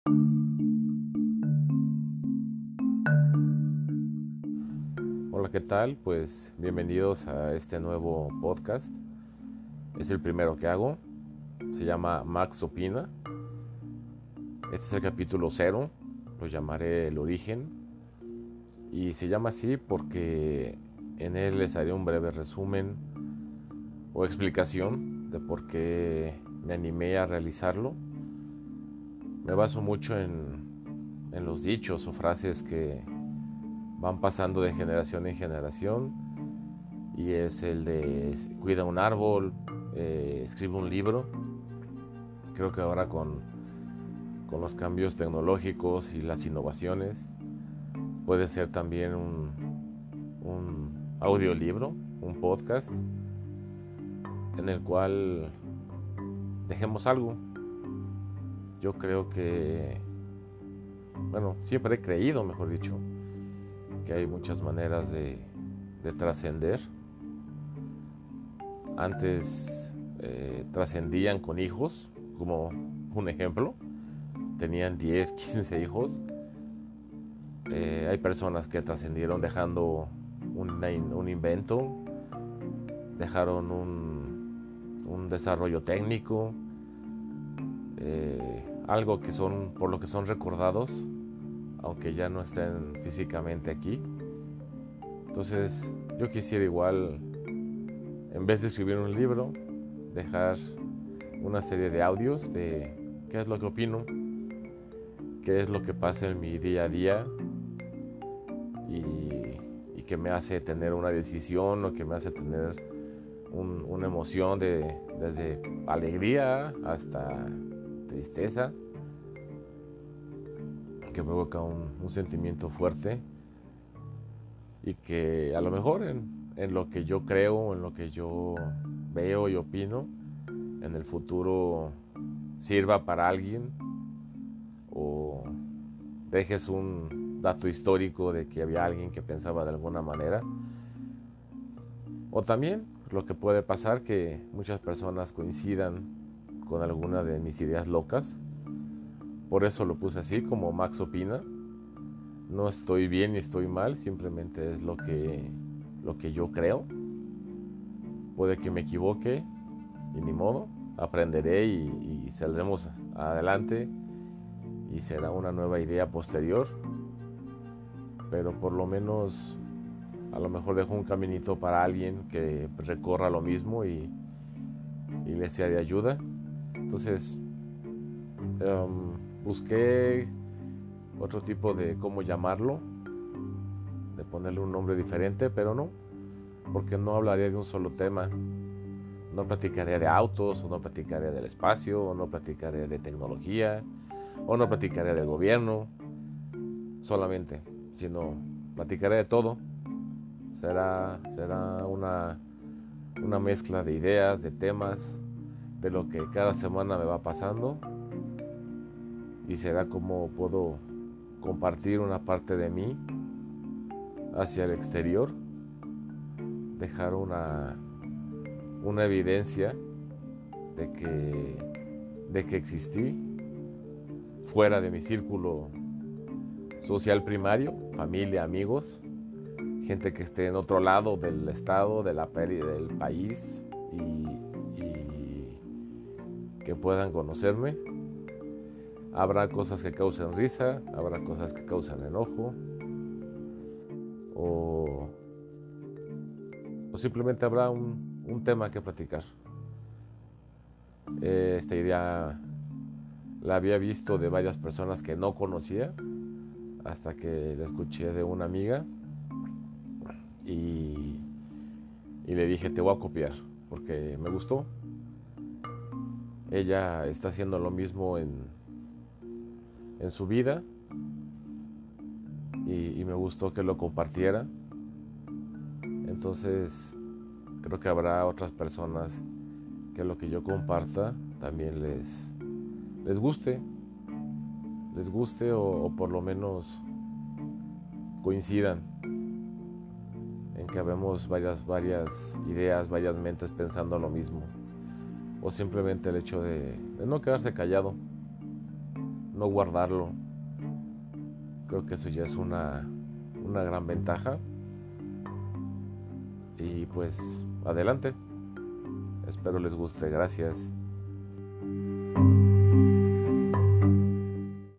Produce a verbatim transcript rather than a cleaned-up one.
Hola, ¿qué tal? Pues bienvenidos a este nuevo podcast. Es el primero que hago. Se llama Max Opina. Este es el capítulo cero. Lo llamaré El Origen. Y se llama así porque en él les haré un breve resumen o explicación de por qué me animé a realizarlo. Me baso mucho en, en los dichos o frases que van pasando de generación en generación, y es el de cuida un árbol, eh, escribe un libro. Creo que ahora con, con los cambios tecnológicos y las innovaciones puede ser también un, un audiolibro, un podcast en el cual dejemos algo. Yo creo que, bueno, siempre he creído, mejor dicho, que hay muchas maneras de, de trascender. Antes eh, trascendían con hijos, como un ejemplo. Tenían diez, quince hijos. Eh, hay personas que trascendieron dejando un, un invento, dejaron un, un desarrollo técnico, eh, algo que son, por lo que son recordados, aunque ya no estén físicamente aquí. Entonces, yo quisiera igual, en vez de escribir un libro, dejar una serie de audios de qué es lo que opino, qué es lo que pasa en mi día a día, y, y que me hace tener una decisión, o que me hace tener un, una emoción de, desde alegría hasta tristeza, que provoca un, un sentimiento fuerte, y que a lo mejor en, en lo que yo creo, en lo que yo veo y opino, en el futuro sirva para alguien, o dejes un dato histórico de que había alguien que pensaba de alguna manera. O también lo que puede pasar, que muchas personas coincidan con alguna de mis ideas locas. Por eso lo puse así, como Max Opina. No estoy bien ni estoy mal, simplemente es lo que, lo que yo creo. Puede que me equivoque y ni modo, aprenderé y, y saldremos adelante y será una nueva idea posterior. Pero por lo menos a lo mejor dejo un caminito para alguien que recorra lo mismo y, y le sea de ayuda. Entonces um, busqué otro tipo de cómo llamarlo, de ponerle un nombre diferente, pero no, porque no hablaría de un solo tema. No platicaría de autos, o no platicaría del espacio, o no platicaría de tecnología, o no platicaría del gobierno solamente, sino platicaré de todo. Será, será una, una mezcla de ideas, de temas, de lo que cada semana me va pasando, y será como puedo compartir una parte de mí hacia el exterior, dejar una, una evidencia de que, de que existí fuera de mi círculo social primario, familia, amigos, gente que esté en otro lado del estado, de la, del país, y, y que puedan conocerme. Habrá cosas que causen risa, habrá cosas que causan enojo, o, o simplemente habrá un, un tema que platicar. Eh, esta idea la había visto de varias personas que no conocía, hasta que la escuché de una amiga, y, y le dije, te voy a copiar, porque me gustó. Ella está haciendo lo mismo en, en su vida, y, y me gustó que lo compartiera. Entonces creo que habrá otras personas que lo que yo comparta también les, les guste, les guste o, o por lo menos coincidan en que habemos varias, varias ideas, varias mentes pensando lo mismo, o simplemente el hecho de, de no quedarse callado, no guardarlo. Creo que eso ya es una, una gran ventaja. Y pues adelante. Espero les guste. Gracias.